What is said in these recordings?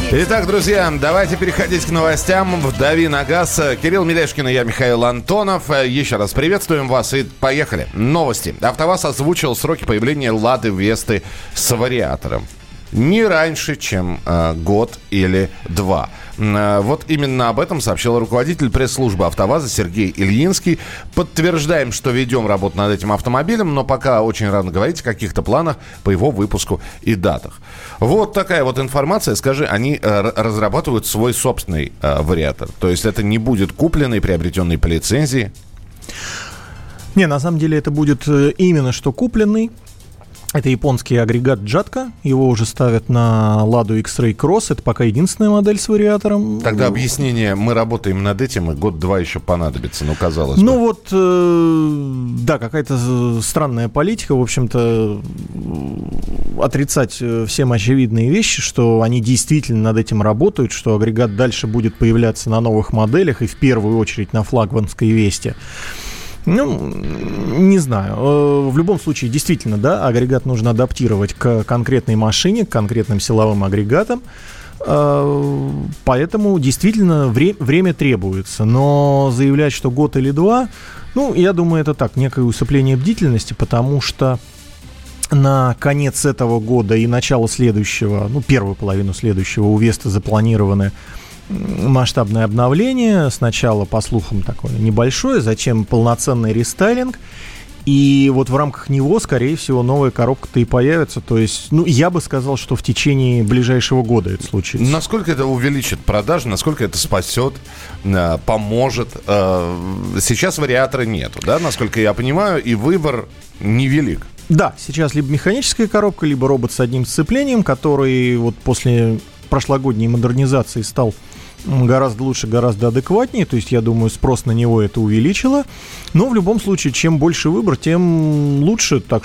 Итак, друзья, давайте переходить к новостям. Вдави на газ. Кирилл Мелешкин и я, Михаил Антонов. Еще раз приветствуем вас и поехали. Новости. АвтоВАЗ озвучил сроки появления «Лады Весты» с вариатором. Не раньше, чем год или два. Вот именно об этом сообщил руководитель пресс-службы АвтоВАЗа Сергей Ильинский. Подтверждаем, что ведем работу над этим автомобилем, но пока очень рано говорить о каких-то планах по его выпуску и датах. Вот такая вот информация. Скажи, они разрабатывают свой собственный вариатор. То есть это не будет купленный, приобретенный по лицензии? Не, на самом деле это будет именно что купленный. Это японский агрегат Джатка. Его уже ставят на Ладу X-Ray Cross. Это пока единственная модель с вариатором. Тогда объяснение: мы работаем над этим, и год-два еще понадобится, ну, казалось бы. Ну вот, да, какая-то странная политика. В общем-то, отрицать всем очевидные вещи, что они действительно над этим работают, что агрегат дальше будет появляться на новых моделях, и в первую очередь на флагманской Весте. Ну, не знаю. В любом случае, действительно, да, агрегат нужно адаптировать к конкретной машине, к конкретным силовым агрегатам. Поэтому действительно время требуется. Но заявлять, что год или два, ну, я думаю, это так, некое усыпление бдительности, потому что на конец этого года и начало следующего, ну, первую половину следующего у Весты запланированы масштабное обновление. Сначала, по слухам, такое небольшое, затем полноценный рестайлинг. И вот в рамках него, скорее всего, новая коробка-то и появится. То есть, ну, я бы сказал, что в течение ближайшего года это случится. Насколько это увеличит продажи, насколько это спасет, поможет? Сейчас вариатора нету, да, насколько я понимаю, и выбор невелик. Да, сейчас либо механическая коробка, либо робот с одним сцеплением, который вот после прошлогодней модернизации стал гораздо лучше, гораздо адекватнее. То есть, я думаю, спрос на него это увеличило. Но в любом случае, чем больше выбор, тем лучше. Так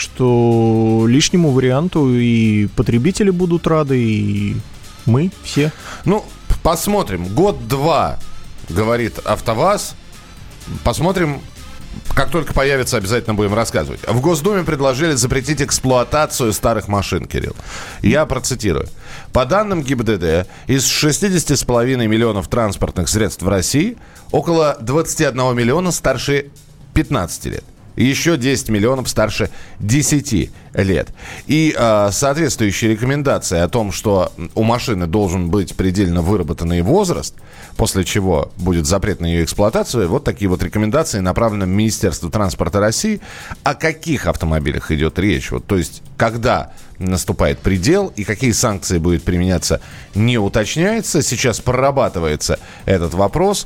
что лишнему варианту и потребители будут рады, и мы все. Ну, посмотрим. Год-два, говорит АвтоВАЗ. Посмотрим. Как только появится, обязательно будем рассказывать. В Госдуме предложили запретить эксплуатацию старых машин, Кирилл. Я процитирую. По данным ГИБДД, из 60,5 миллионов транспортных средств в России около 21 миллиона старше 15 лет. Еще 10 миллионов старше 10 лет. И соответствующие рекомендации о том, что у машины должен быть предельно выработанный возраст, после чего будет запрет на ее эксплуатацию, вот такие вот рекомендации направлены в Министерство транспорта России. О каких автомобилях идет речь? Вот, то есть, когда наступает предел и какие санкции будут применяться, не уточняется. Сейчас прорабатывается этот вопрос.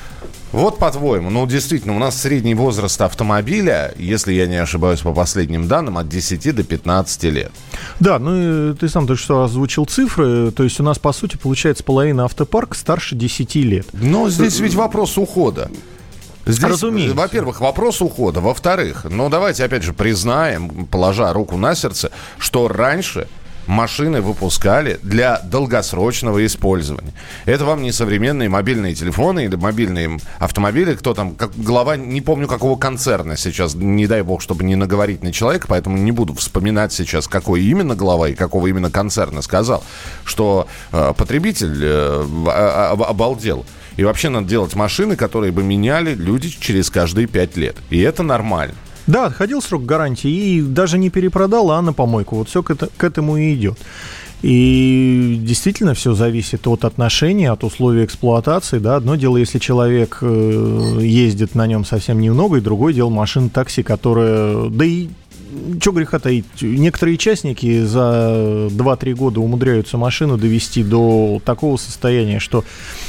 Вот, по-твоему, ну, действительно, у нас средний возраст автомобиля, если я не ошибаюсь по последним данным, от 10 до 15 лет. Да, ну, и ты сам только что озвучил цифры, то есть у нас, по сути, получается половина автопарка старше 10 лет. Но здесь ведь вопрос ухода. Здесь, разумеется. Во-первых, вопрос ухода. Во-вторых, ну, давайте, опять же, признаем, положа руку на сердце, что раньше машины выпускали для долгосрочного использования. Это вам не современные мобильные телефоны или мобильные автомобили. Кто там, как глава, не помню какого концерна сейчас, не дай бог, чтобы не наговорить на человека, поэтому не буду вспоминать сейчас, какой именно глава и какого именно концерна сказал, что потребитель обалдел. И вообще надо делать машины, которые бы меняли люди через каждые 5 лет. И это нормально. Да, отходил срок гарантии и даже не перепродал, а на помойку. Вот все к этому и идет. И действительно все зависит от отношений, от условий эксплуатации. Да. Одно дело, если человек ездит на нем совсем немного, и другое дело машина-такси, которая... Да и что греха таить, некоторые частники за 2-3 года умудряются машину довести до такого состояния, что...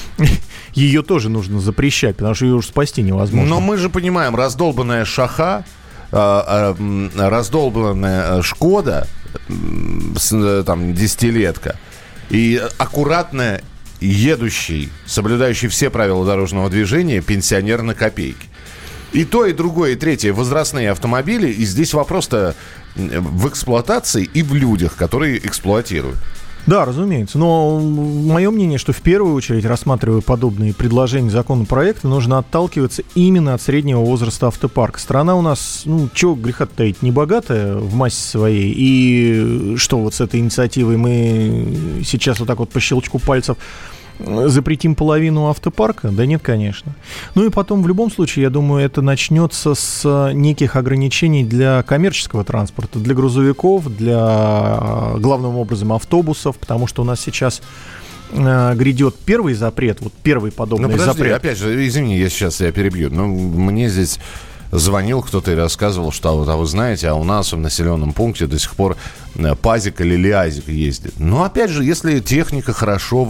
Ее тоже нужно запрещать, потому что ее уже спасти невозможно. Но мы же понимаем, раздолбанная Шаха, раздолбанная Шкода, там, десятилетка, и аккуратно едущий, соблюдающий все правила дорожного движения пенсионер на копейки. И то, и другое, и третье возрастные автомобили. И здесь вопрос-то в эксплуатации и в людях, которые эксплуатируют. Да, разумеется. Но мое мнение, что в первую очередь, рассматривая подобные предложения законопроекта, нужно отталкиваться именно от среднего возраста автопарка. Страна у нас, чего греха таить, не богатая в массе своей. И что вот с этой инициативой мы сейчас вот так вот по щелчку пальцев запретим половину автопарка? Да нет, конечно. Ну и потом, в любом случае, я думаю, это начнется с неких ограничений для коммерческого транспорта, для грузовиков, для, главным образом, автобусов, потому что у нас сейчас грядет первый запрет, вот первый подобный запрет. Опять же, извини, я перебью, но мне здесь звонил кто-то и рассказывал, что вы знаете, а у нас в населенном пункте до сих пор пазик или лиазик ездит. Но опять же, если техника хорошо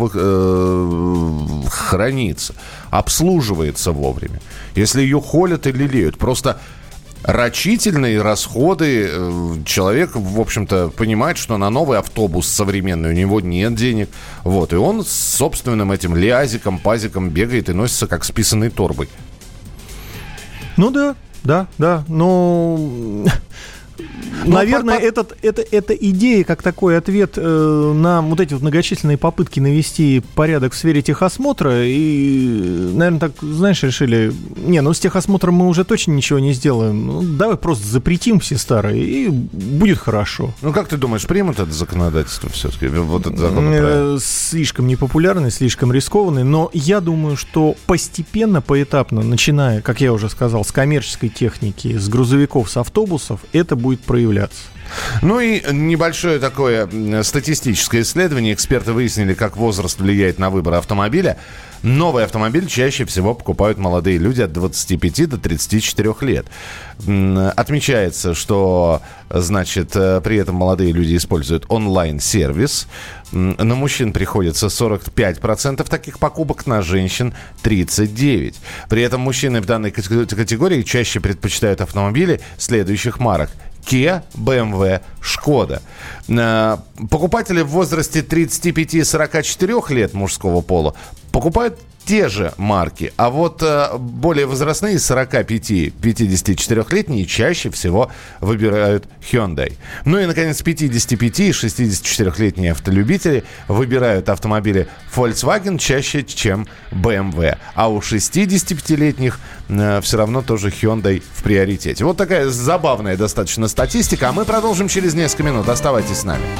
хранится, обслуживается вовремя, если ее холят и лелеют, просто рачительные расходы, человек, в общем-то, понимает, что на новый автобус современный у него нет денег, вот, и он с собственным этим лиазиком, пазиком бегает и носится как с писаной торбой. Ну да, но, наверное, эта идея, как такой ответ на вот эти вот многочисленные попытки навести порядок в сфере техосмотра, и, наверное, так, знаешь, решили, с техосмотром мы уже точно ничего не сделаем, давай просто запретим все старые, и будет хорошо. Как ты думаешь, примут это законодательство все-таки? Вот это законопроект? Слишком непопулярный, слишком рискованный, но я думаю, что постепенно, поэтапно, начиная, как я уже сказал, с коммерческой техники, с грузовиков, с автобусов, это будет проявляться. Ну и небольшое такое статистическое исследование. Эксперты выяснили, как возраст влияет на выбор автомобиля. Новый автомобиль чаще всего покупают молодые люди от 25 до 34 лет. Отмечается, что, при этом молодые люди используют онлайн-сервис. На мужчин приходится 45% таких покупок, на женщин 39%. При этом мужчины в данной категории чаще предпочитают автомобили следующих марок: Kia, BMW, Skoda. Покупатели в возрасте 35-44 лет мужского пола покупают те же марки, а вот более возрастные 45-54-летние чаще всего выбирают Hyundai. Ну и, наконец, 55- и 64-летние автолюбители выбирают автомобили Volkswagen чаще, чем BMW. А у 65-летних все равно тоже Hyundai в приоритете. Вот такая забавная достаточно статистика, а мы продолжим через несколько минут. Оставайтесь с нами.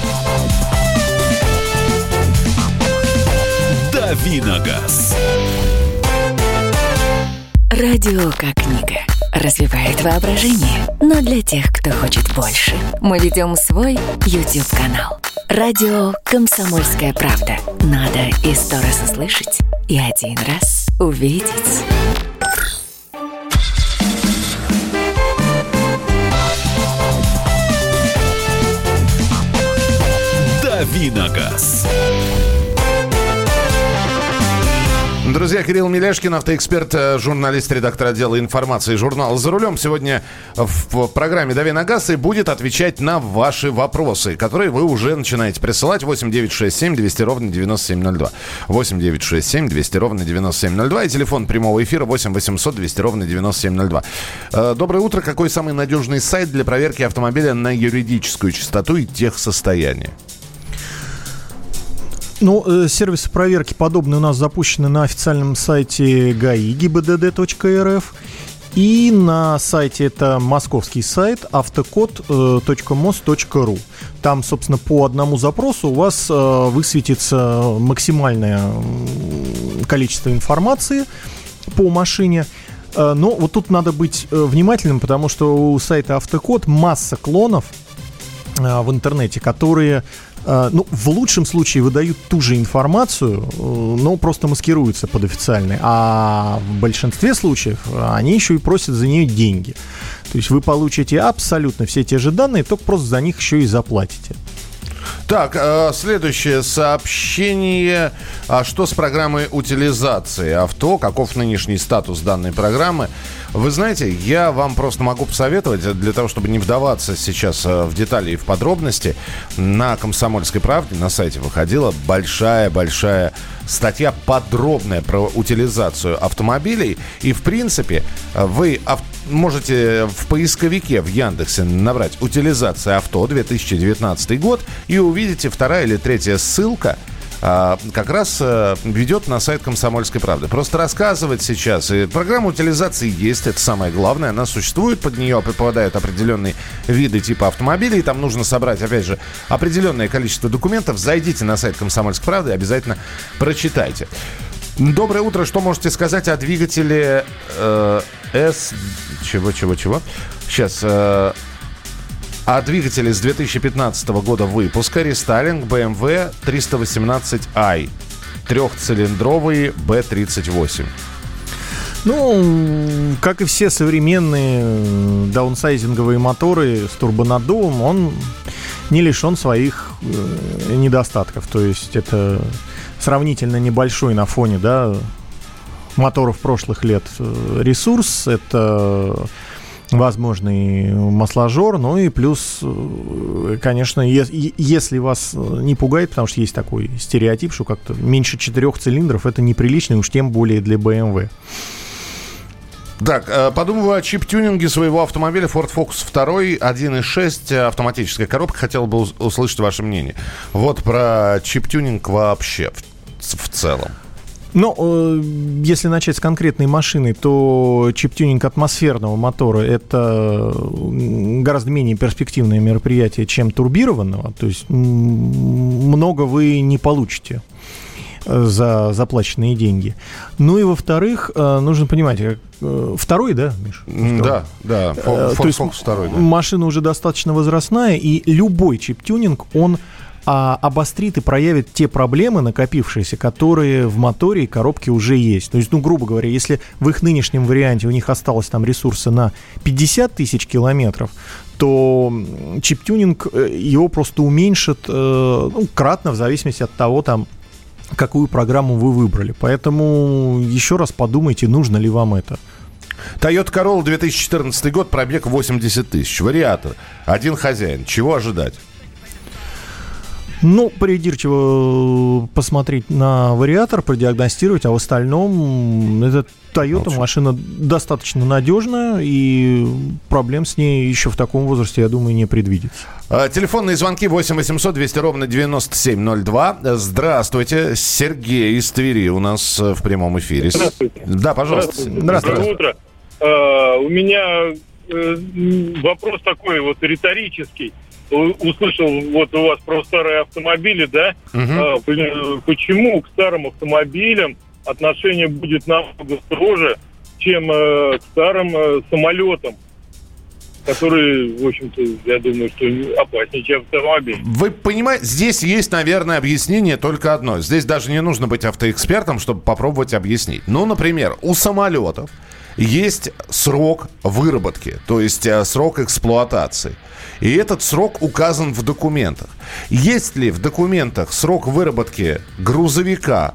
Давиногаз. Радио как книга. Развивает воображение. Но для тех, кто хочет больше. Мы ведем свой YouTube-канал. Радио «Комсомольская правда». Надо и 100 раз услышать, и 1 раз увидеть. Давиногаз. Друзья, Кирилл Мелешкин, автоэксперт, журналист, редактор отдела информации журнала «За рулем». Сегодня в программе «Дави на газ» и будет отвечать на ваши вопросы, которые вы уже начинаете присылать. 8-967-200-97-02. 8-967-200-97-02. И телефон прямого эфира 8-800-200-97-02. Доброе утро. Какой самый надежный сайт для проверки автомобиля на юридическую чистоту и техсостояние? Сервисы проверки подобные у нас запущены на официальном сайте ГАИ gibdd.rf и на сайте, это московский сайт, автокод.mos.ru. Там, собственно, по одному запросу у вас высветится максимальное количество информации по машине. Но вот тут надо быть внимательным, потому что у сайта Автокод масса клонов в интернете, которые, в лучшем случае выдают ту же информацию, но просто маскируются под официальной, а в большинстве случаев они еще и просят за нее деньги. То есть вы получите абсолютно все те же данные, только просто за них еще и заплатите. Так, следующее сообщение. Что с программой утилизации авто? Каков нынешний статус данной программы? Вы знаете, я вам просто могу посоветовать, для того, чтобы не вдаваться сейчас в детали и в подробности, на «Комсомольской правде» на сайте выходила большая-большая статья подробная про утилизацию автомобилей. И, в принципе, вы можете в поисковике в Яндексе набрать «Утилизация авто 2019 год» и увидите вторая или третья ссылка, как раз ведет на сайт «Комсомольской правды». Просто рассказывать сейчас. И программа утилизации есть, это самое главное. Она существует, под нее попадают определенные виды типа автомобилей. Там нужно собрать, опять же, определенное количество документов. Зайдите на сайт «Комсомольской правды» и обязательно прочитайте. Доброе утро. Что можете сказать о двигателе Чего? Сейчас... О двигателе с 2015 года выпуска рестайлинг BMW 318i. Трехцилиндровый B38. Ну, как и все современные даунсайзинговые моторы с турбонаддувом, он не лишен своих недостатков. То есть это сравнительно небольшой на фоне, да, моторов прошлых лет ресурс. Это возможный масложор, ну и плюс, конечно, если вас не пугает, потому что есть такой стереотип, что как-то меньше 4 цилиндров это неприлично, уж тем более для BMW. Так, подумываю о чип-тюнинге своего автомобиля Ford Focus 2 1.6, автоматическая коробка. Хотел бы услышать ваше мнение. Вот про чип-тюнинг вообще в целом. Ну, если начать с конкретной машины, то чип-тюнинг атмосферного мотора – это гораздо менее перспективное мероприятие, чем турбированного. То есть много вы не получите за заплаченные деньги. Ну и во-вторых, нужно понимать, второй, да, Миш? Да, Ford Focus 2. Да. Машина уже достаточно возрастная, и любой чип-тюнинг, он обострит и проявит те проблемы, накопившиеся, которые в моторе и коробке уже есть. То есть, грубо говоря, если в их нынешнем варианте у них осталось там ресурсы на 50 тысяч километров, то чип-тюнинг его просто уменьшит кратно в зависимости от того, там, какую программу вы выбрали. Поэтому еще раз подумайте, нужно ли вам это. Toyota Corolla 2014 год, пробег 80 тысяч. Вариатор. Один хозяин. Чего ожидать? Ну, придирчиво посмотреть на вариатор, продиагностировать, а в остальном это Toyota, машина достаточно надежная, и проблем с ней еще в таком возрасте, я думаю, не предвидится. Телефонные звонки 8 800 200 ровно 9702. Здравствуйте, Сергей из Твери у нас в прямом эфире. Здравствуйте. Да, пожалуйста. Здравствуйте. Доброе утро. У меня вопрос такой вот риторический. Услышал вот у вас про старые автомобили, да? Почему к старым автомобилям отношение будет намного строже, чем к старым самолетам, которые, в общем-то, я думаю, что опаснее, чем автомобиль? Вы понимаете, здесь есть, наверное, объяснение только одно. Здесь даже не нужно быть автоэкспертом, чтобы попробовать объяснить. Ну, например, у самолетов есть срок выработки, то есть срок эксплуатации. И этот срок указан в документах. Есть ли в документах срок выработки грузовика,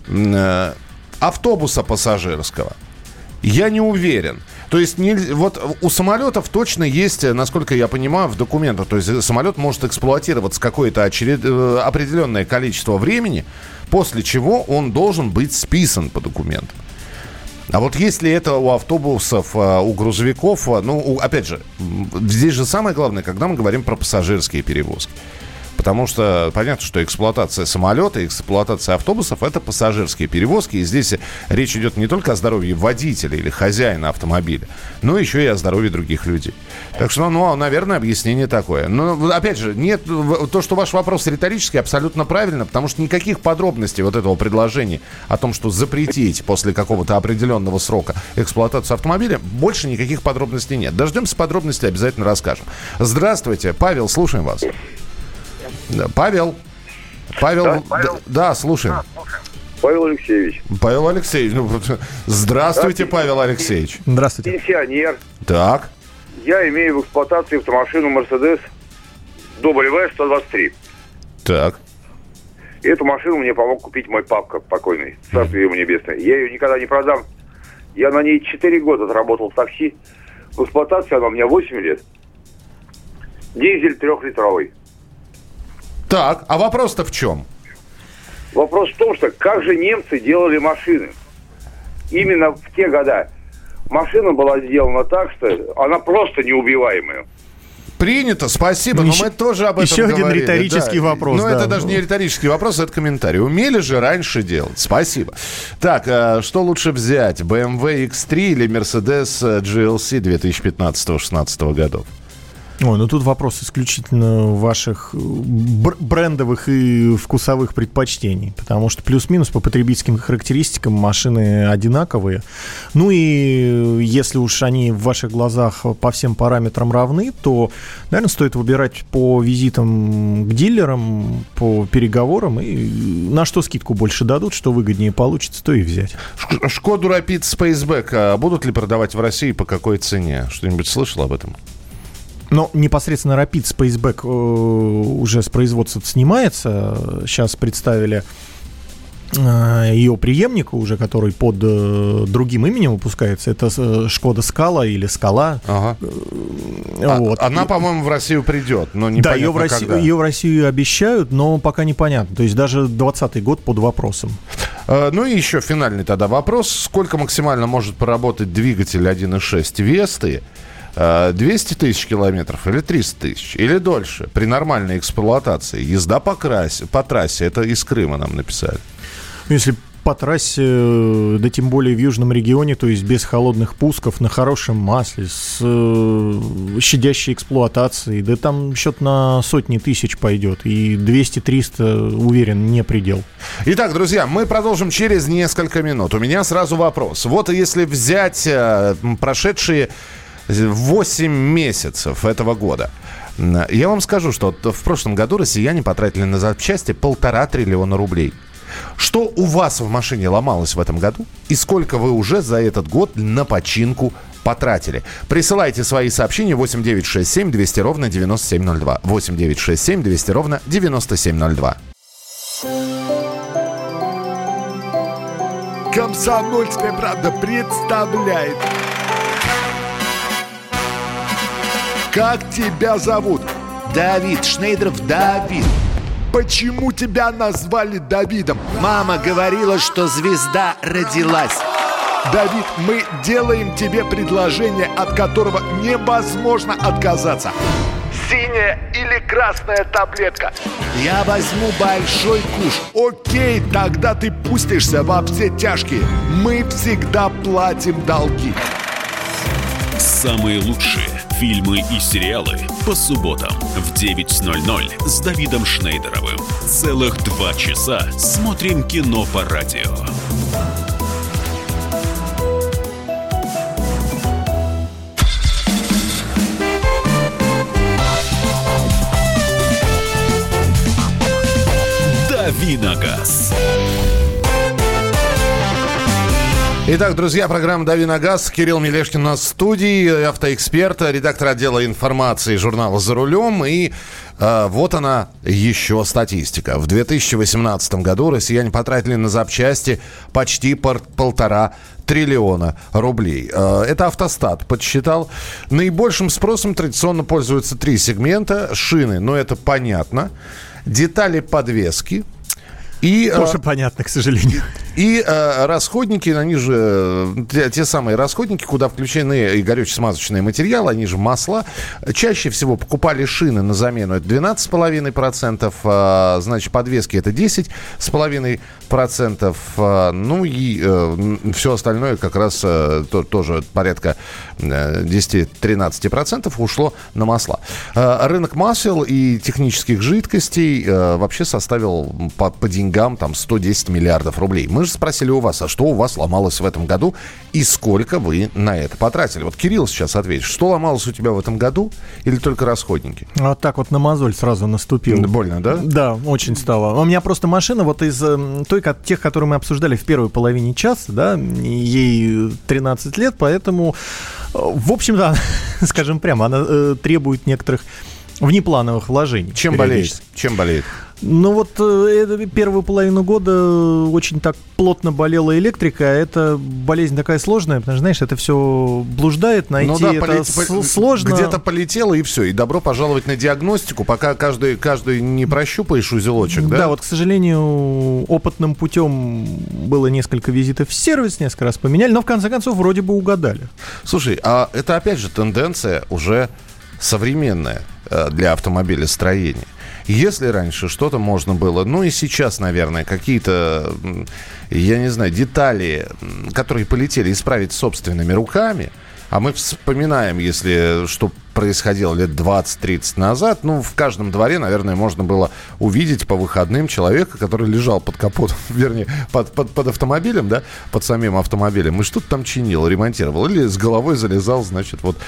автобуса пассажирского? Я не уверен. То есть вот у самолетов точно есть, насколько я понимаю, в документах. То есть самолет может эксплуатироваться какое-то определенное количество времени, после чего он должен быть списан по документам. А вот если это у автобусов, у грузовиков, опять же, здесь же самое главное, когда мы говорим про пассажирские перевозки. Потому что понятно, что эксплуатация самолета, эксплуатация автобусов – это пассажирские перевозки. И здесь речь идет не только о здоровье водителя или хозяина автомобиля, но еще и о здоровье других людей. Так что, наверное, объяснение такое. Но, опять же, нет, то, что ваш вопрос риторический, абсолютно правильно, потому что никаких подробностей вот этого предложения о том, что запретить после какого-то определенного срока эксплуатацию автомобиля, больше никаких подробностей нет. Дождемся подробностей, обязательно расскажем. Здравствуйте, Павел, слушаем вас. Павел. Да, слушаем. Павел Алексеевич. Павел Алексеевич. Здравствуйте, Павел Алексеевич. Здравствуйте. Пенсионер. Так. Я имею в эксплуатации автомашину Mercedes W123. Так. Эту машину мне помог купить мой папка покойный, царствие ему небесное. Я ее никогда не продам. Я на ней 4 года отработал в такси. В эксплуатации она у меня 8 лет. Дизель 3-литровый. Так, а вопрос-то в чем? Вопрос в том, что как же немцы делали машины? Именно в те года. Машина была сделана так, что она просто неубиваемая. Принято, спасибо, но мы тоже об этом еще говорили. Один риторический вопрос. Но это даже не риторический вопрос, это комментарий. Умели же раньше делать. Спасибо. Так, что лучше взять? BMW X3 или Mercedes GLC 2015-16 годов? Ой, ну тут вопрос исключительно ваших брендовых и вкусовых предпочтений, потому что плюс-минус по потребительским характеристикам машины одинаковые. Ну и если уж они в ваших глазах по всем параметрам равны, то, наверное, стоит выбирать по визитам к дилерам, по переговорам, и на что скидку больше дадут, что выгоднее получится, то и взять. Шкоду Rapid Spaceback будут ли продавать в России, по какой цене? Что-нибудь слышал об этом? Но непосредственно Rapid Spaceback уже с производства снимается. Сейчас представили ее преемника уже, который под другим именем выпускается. Это Шкода Скала или Скала. Ага. Вот. Она, по-моему, в Россию придет, но непонятно когда. Ее в Россию обещают, но пока непонятно. То есть даже 2020 год под вопросом. Ну и еще финальный тогда вопрос. Сколько максимально может поработать двигатель 1.6 Весты? 200 тысяч километров или 300 тысяч, или дольше, при нормальной эксплуатации. Езда по трассе, это из Крыма нам написали. Если по трассе, да тем более в южном регионе, то есть без холодных пусков, на хорошем масле, с щадящей эксплуатацией, да там счет на сотни тысяч пойдет, и 200-300, уверен, не предел. Итак, друзья, мы продолжим через несколько минут. У меня сразу вопрос. Вот если взять прошедшие 8 месяцев этого года. Я вам скажу, что в прошлом году россияне потратили на запчасти 1,5 триллиона рублей. Что у вас в машине ломалось в этом году? И сколько вы уже за этот год на починку потратили? Присылайте свои сообщения 8967 200 ровно 9702. 8967 200 ровно 9702. Комсомольская правда представляет. Как тебя зовут? Давид, Шнейдров Давид. Почему тебя назвали Давидом? Мама говорила, что звезда родилась. Давид, мы делаем тебе предложение, от которого невозможно отказаться. Синяя или красная таблетка? Я возьму большой куш. Окей, тогда ты пустишься во все тяжкие. Мы всегда платим долги. Самые лучшие фильмы и сериалы по субботам в 9:00 с Давидом Шнейдеровым. Целых 2 часа смотрим кино по радио. Давиногаз. Итак, друзья, программа «Дави на газ». Кирилл Мелешкин у нас в студии, автоэксперт, редактор отдела информации журнала «За рулем». И вот она, еще статистика. В 2018 году россияне потратили на запчасти почти 1,5 триллиона рублей. Это Автостат подсчитал. Наибольшим спросом традиционно пользуются 3 сегмента. Шины, но это понятно. Детали подвески. И, тоже понятно, к сожалению. И расходники, они же, те самые расходники, куда включены и горюче-смазочные материалы, они же масла. Чаще всего покупали шины на замену, это 12,5%, значит, подвески это 10,5%, ну и все остальное как раз тоже порядка 10-13% ушло на масла. Рынок масел и технических жидкостей вообще составил по деньгам там 110 миллиардов рублей. Мы же спросили у вас, а что у вас ломалось в этом году и сколько вы на это потратили? Вот Кирилл сейчас ответит, что ломалось у тебя в этом году или только расходники? Вот так вот на мозоль сразу наступил. Больно, да? Да, очень стало. У меня просто машина вот из тех, которые мы обсуждали в первой половине часа, да, ей 13 лет, поэтому, в общем-то, скажем прямо, она требует некоторых внеплановых вложений. Чем болеет? Чем болеет? Ну вот первую половину года очень так плотно болела электрика. Это болезнь такая сложная, потому что, знаешь, это все блуждает, найти это сложно. Где-то полетело, и все. И добро пожаловать на диагностику, пока каждый не прощупаешь узелочек, да? Да, вот, к сожалению, опытным путем было несколько визитов в сервис, несколько раз поменяли, но в конце концов вроде бы угадали. Слушай, а это опять же тенденция уже современная для автомобилестроения. Если раньше что-то можно было, ну и сейчас, наверное, какие-то, я не знаю, детали, которые полетели, исправить собственными руками, а мы вспоминаем, если что происходило лет 20-30 назад, ну, в каждом дворе, наверное, можно было увидеть по выходным человека, который лежал под капотом, вернее, под автомобилем, да, под самим автомобилем, и что-то там чинил, ремонтировал, или с головой залезал, значит, вот,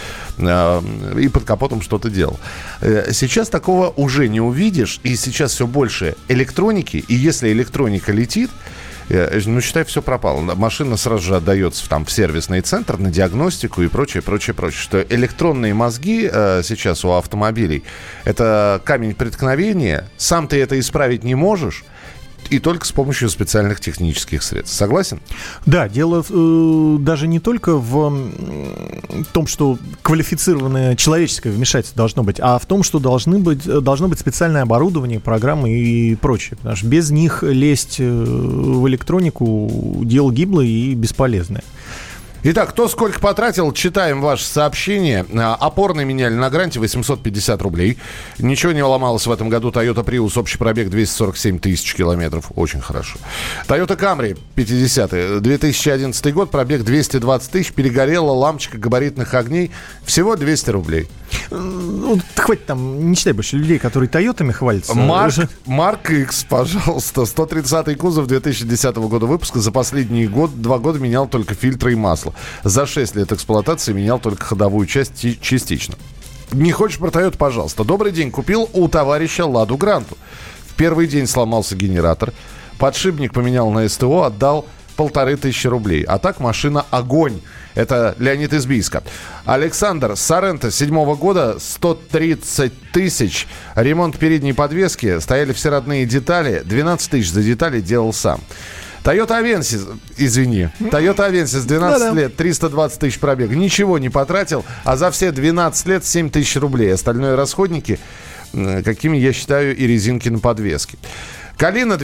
и под капотом что-то делал. Сейчас такого уже не увидишь, и сейчас все больше электроники, и если электроника летит, ну, считай, все пропало. Машина сразу же отдается в сервисный центр на диагностику и прочее. Что электронные мозги сейчас у автомобилей – это камень преткновения. Сам ты это исправить не можешь. И только с помощью специальных технических средств. Согласен? Да, дело даже не только в том, что квалифицированное человеческое вмешательство должно быть, а в том, что должно быть специальное оборудование, программы и прочее. Потому что без них лезть в электронику – дело гиблое и бесполезное. Итак, кто сколько потратил, читаем ваши сообщения. Опорные меняли на Гранте 850 рублей. Ничего не ломалось в этом году. Toyota Prius, общий пробег 247 тысяч километров. Очень хорошо. Toyota Camry 50-й, 2011 год, пробег 220 тысяч. Перегорела лампочка габаритных огней. Всего 200 рублей. Ну, хватит там, не читай больше людей, которые Тойотами хвалятся. Марк X, пожалуйста. 130-й кузов 2010 года выпуска. За последние 2 года менял только фильтры и масло. За 6 лет эксплуатации менял только ходовую часть частично. Не хочешь про Toyota, пожалуйста. Добрый день. Купил у товарища Ладу Гранту. В первый день сломался генератор. Подшипник поменял на СТО, отдал 1500 рублей. А так машина огонь. Это Леонид из Бийска. Александр, Соренто 7 года, 130 тысяч. Ремонт передней подвески. Стояли все родные детали. 12 тысяч за детали делал сам. Toyota Avensis, Toyota Avensis 12 лет, 320 тысяч пробег. Ничего не потратил, а за все 12 лет 7 тысяч рублей. Остальное расходники, какими я считаю и резинки на подвеске. Калина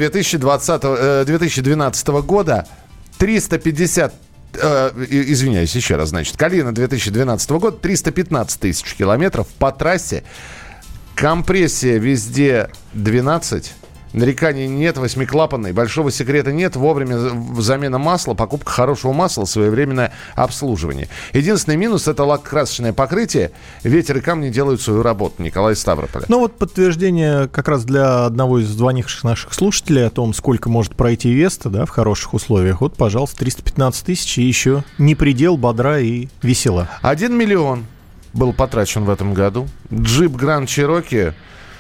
2012 года, 350 извиняюсь, еще раз, значит. Калина 2012 года, 315 тысяч километров по трассе. Компрессия везде 12. Нареканий нет, 8-клапанный. Большого секрета нет. Вовремя замена масла, покупка хорошего масла, своевременное обслуживание. Единственный минус – это лак-красочное покрытие. Ветер и камни делают свою работу. Николай из Ставрополя. Ну вот подтверждение как раз для одного из звонивших наших слушателей о том, сколько может пройти Веста, да, в хороших условиях. Вот, пожалуйста, 315 тысяч, и еще не предел, бодра и весела. 1 миллион был потрачен в этом году. Джип Гранд Чироки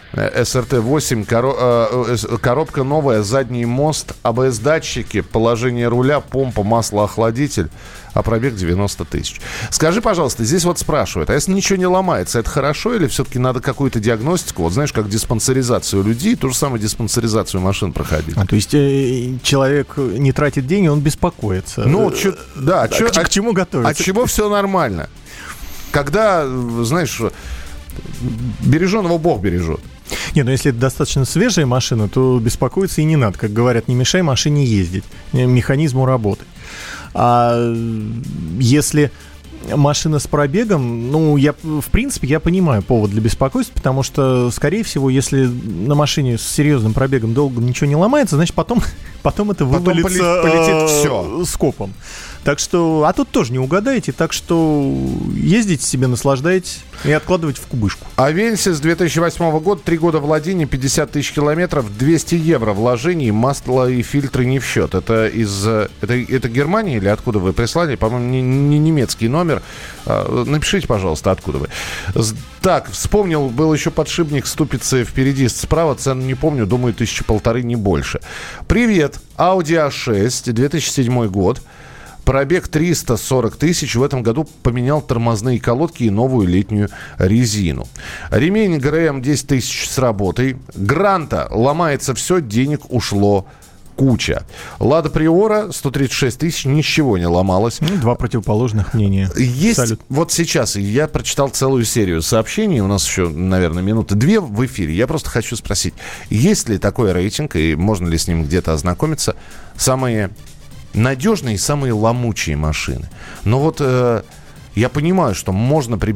СРТ-8, коробка новая, задний мост, АБС-датчики, положение руля, помпа, маслоохладитель, а пробег 90 тысяч. Скажи, пожалуйста, здесь вот спрашивают, а если ничего не ломается, это хорошо или все-таки надо какую-то диагностику? Вот знаешь, как диспансеризацию людей, ту же самую диспансеризацию машин проходить. То есть человек не тратит деньги, он беспокоится. Ну, да. К чему готовиться? От чего все нормально? Когда, знаешь, береженого Бог бережет. Нет, ну если это достаточно свежая машина, то беспокоиться и не надо. Как говорят, не мешай машине ездить, механизму работать. А если машина с пробегом, ну, в принципе, я понимаю повод для беспокойства, потому что, скорее всего, если на машине с серьезным пробегом долго ничего не ломается, значит, потом это вывалится полетит все скопом. Так что, а тут тоже не угадаете, так что ездите себе, наслаждайтесь и откладывайте в кубышку. Avensis 2008 года, 3 года владения, 50 тысяч километров, 200 евро вложений, масло и фильтры не в счет. Это Германия или откуда вы прислали? По-моему, не немецкий номер. Напишите, пожалуйста, откуда вы. Так, вспомнил, был еще подшипник ступицы впереди справа, цену не помню, думаю, 1500, не больше. Привет, Audi A6, 2007 год. Пробег 340 тысяч. В этом году поменял тормозные колодки и новую летнюю резину. Ремень ГРМ 10 тысяч с работой. Гранта ломается все, денег ушло куча. Лада Приора 136 тысяч, ничего не ломалось. Два противоположных мнения. Есть Абсолютно. вот сейчас, я прочитал целую серию сообщений, у нас еще, наверное, минуты 2 в эфире. Я просто хочу спросить, есть ли такой рейтинг, и можно ли с ним где-то ознакомиться, самые надежные и самые ломучие машины? Но вот я понимаю, что можно при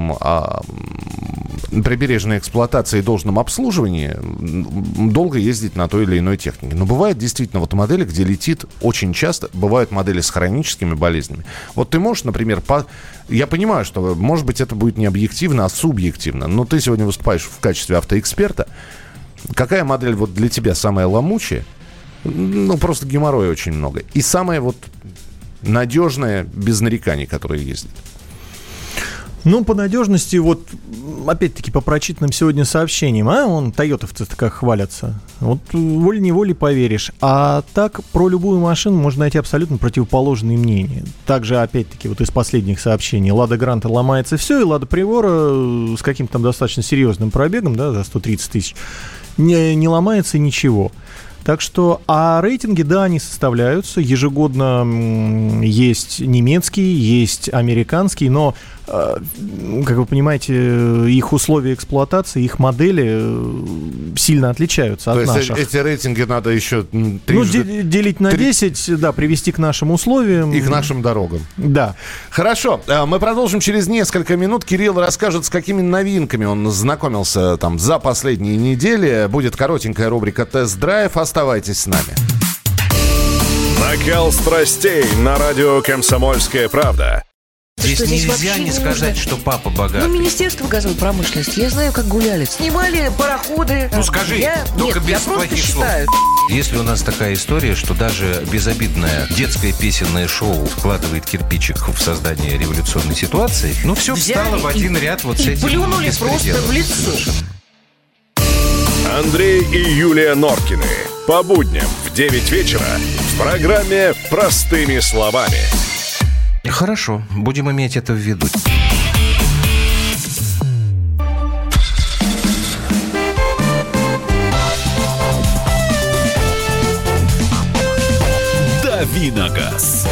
бережной эксплуатации и должном обслуживании долго ездить на той или иной технике. Но бывают действительно вот модели, где летит очень часто. Бывают модели с хроническими болезнями. Вот ты можешь, например, я понимаю, что, может быть, это будет не объективно, а субъективно. Но ты сегодня выступаешь в качестве автоэксперта. Какая модель вот для тебя самая ломучая? Ну, просто геморроя очень много. И самая вот надежная, без нареканий, которая ездит. Ну, по надежности, вот, опять-таки, по прочитанным сегодня сообщениям, тойотовцы как хвалятся. Вот волей-неволей поверишь. А так, про любую машину можно найти абсолютно противоположные мнения. Также, опять-таки, вот из последних сообщений. Лада Гранта ломается все, и Лада Приора с каким-то там достаточно серьезным пробегом, да, за 130 тысяч, не ломается ничего. Так что, рейтинги, да, они составляются. Ежегодно есть немецкие, есть американские, но, как вы понимаете, их условия эксплуатации, их модели сильно отличаются от наших. То есть эти рейтинги надо еще делить на 10, да, привести к нашим условиям. И к нашим дорогам. Да. Хорошо, мы продолжим через несколько минут. Кирилл расскажет, с какими новинками он знакомился там за последние недели. Будет коротенькая рубрика «Тест-драйв». Оставайтесь с нами. Накал страстей на радио «Комсомольская правда». Здесь нельзя не сказать, что папа богатый. Ну, Министерство газовой промышленности, я знаю, как гуляли. Снимали пароходы. Ну, скажи, только без плохих слов. Если у нас такая история, что даже безобидное детское песенное шоу вкладывает кирпичик в создание революционной ситуации, ну, все встало в один ряд вот с этим. И плюнули просто в лицо. Андрей и Юлия Норкины. По будням в 9 вечера в программе «Простыми словами». Хорошо, будем иметь это в виду. Давиногаз.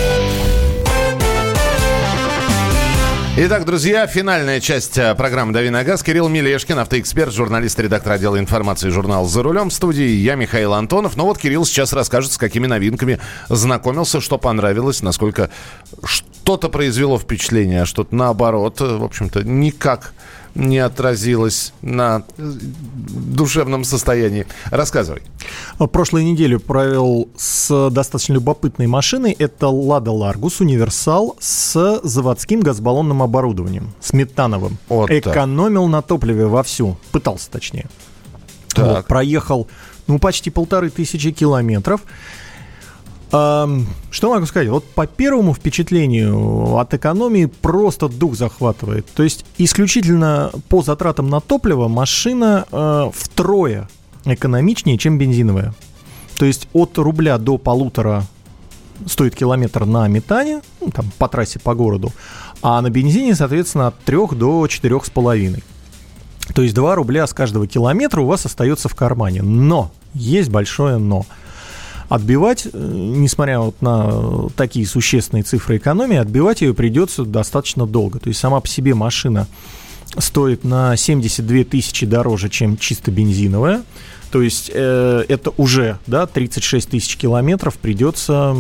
Итак, друзья, финальная часть программы «Дави на газ». Кирилл Мелешкин, автоэксперт, журналист, редактор отдела информации журнала «За рулем». В студии я, Михаил Антонов. Но вот Кирилл сейчас расскажет, с какими новинками знакомился, что понравилось, насколько что-то произвело впечатление, а что-то наоборот, в общем-то, никак не отразилось на душевном состоянии. Рассказывай. Прошлую неделю провел с достаточно любопытной машиной. Это Лада Ларгус Универсал с заводским газбаллонным оборудованием, с метановым. Вот экономил на топливе вовсю. Пытался, точнее. Вот, проехал, почти 1500 километров. Что могу сказать? Вот по первому впечатлению от экономии просто дух захватывает. То есть исключительно по затратам на топливо машина втрое экономичнее, чем бензиновая. То есть от рубля до 1,5 стоит километр на метане, там, по трассе, по городу, а на бензине, соответственно, от 3 до 4,5. То есть 2 рубля с каждого километра у вас остается в кармане. Но, есть большое но. Отбивать, несмотря вот на такие существенные цифры экономии, отбивать ее придется достаточно долго. То есть сама по себе машина стоит на 72 тысячи дороже, чем чисто бензиновая. То есть это уже 36 тысяч километров придется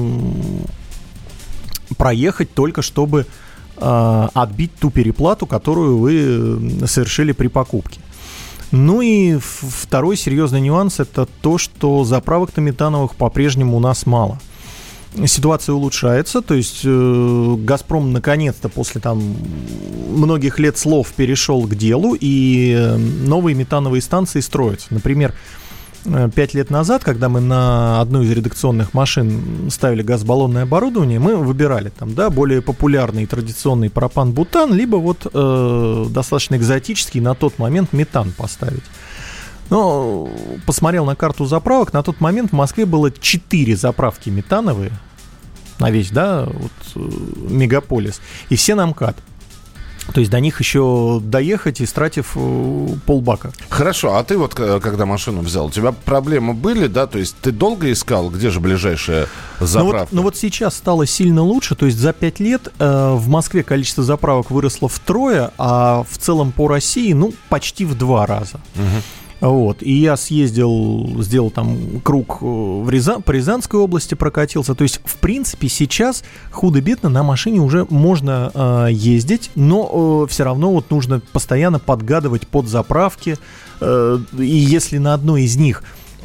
проехать только чтобы отбить ту переплату, которую вы совершили при покупке. Ну и второй серьезный нюанс – это то, что заправок-то метановых по-прежнему у нас мало. Ситуация улучшается, то есть «Газпром» наконец-то после многих лет слов перешел к делу, и новые метановые станции строятся. Например, 5 лет назад, когда мы на одну из редакционных машин ставили газбаллонное оборудование, мы выбирали более популярный и традиционный пропан-бутан, либо достаточно экзотический на тот момент метан поставить. Но посмотрел на карту заправок, на тот момент в Москве было 4 заправки метановые, на весь, да, мегаполис, и все на МКАД. То есть до них еще доехать, истратив полбака. Хорошо, а ты когда машину взял, у тебя проблемы были, да? То есть ты долго искал, где же ближайшая заправка? Ну вот сейчас стало сильно лучше. То есть за 5 лет в Москве количество заправок выросло втрое, а в целом по России, почти в 2 раза. Вот. И я сделал там круг по Рязанской области, прокатился. То есть, в принципе, сейчас худо-бедно на машине уже можно ездить, но все равно нужно постоянно подгадывать под заправки. И если на одной из них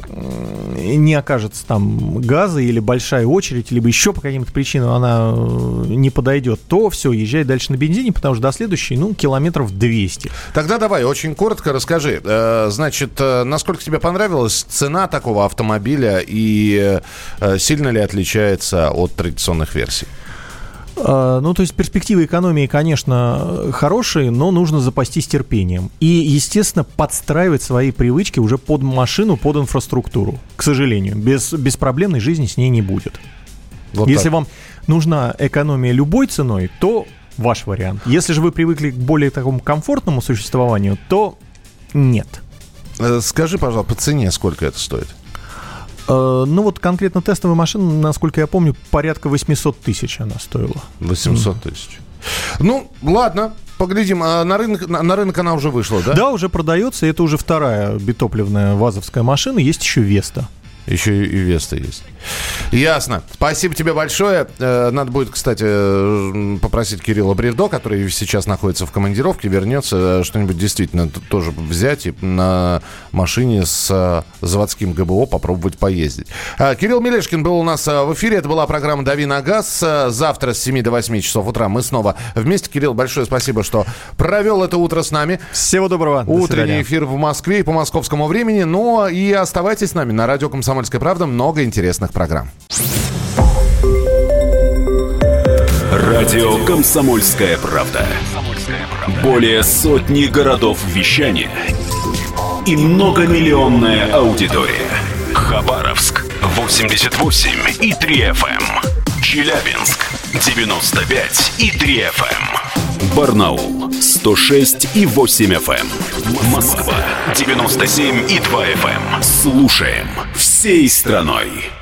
не окажется там газа или большая очередь, либо еще по каким-то причинам она не подойдет, то все, езжай дальше на бензине, потому что до следующей, километров 200. Тогда давай, очень коротко расскажи, значит, насколько тебе понравилась цена такого автомобиля и сильно ли отличается от традиционных версий? То есть перспективы экономии, конечно, хорошие, но нужно запастись терпением. И, естественно, подстраивать свои привычки уже под машину, под инфраструктуру. К сожалению, беспроблемной жизни с ней не будет. Если вам нужна экономия любой ценой, то ваш вариант. Если же вы привыкли к более такому комфортному существованию, то нет. Скажи, пожалуйста, по цене сколько это стоит? Конкретно тестовая машина, насколько я помню, порядка 800 тысяч она стоила. 800 тысяч. Ладно, поглядим. А на рынок она уже вышла, да? Да, уже продается. Это уже вторая битопливная вазовская машина. Есть еще Веста. Еще и Веста есть. Ясно. Спасибо тебе большое. Надо будет, кстати, попросить Кирилла Бревдо, который сейчас находится в командировке, вернется, что-нибудь действительно тоже взять и на машине с заводским ГБО попробовать поездить. Кирилл Мелешкин был у нас в эфире. Это была программа «Дави на газ». Завтра с 7 до 8 часов утра мы снова вместе. Кирилл, большое спасибо, что провел это утро с нами. Всего доброго. Утренний эфир в Москве и по московскому времени. Но и оставайтесь с нами на радио «Комсомольская правда». Много интересных программ. Радио «Комсомольская правда». Более сотни городов вещания и многомиллионная аудитория. Хабаровск 88,3 FM. Челябинск 95,3 FM. Барнаул 106,8 FM. Москва 97,2 FM. Слушаем всей страной.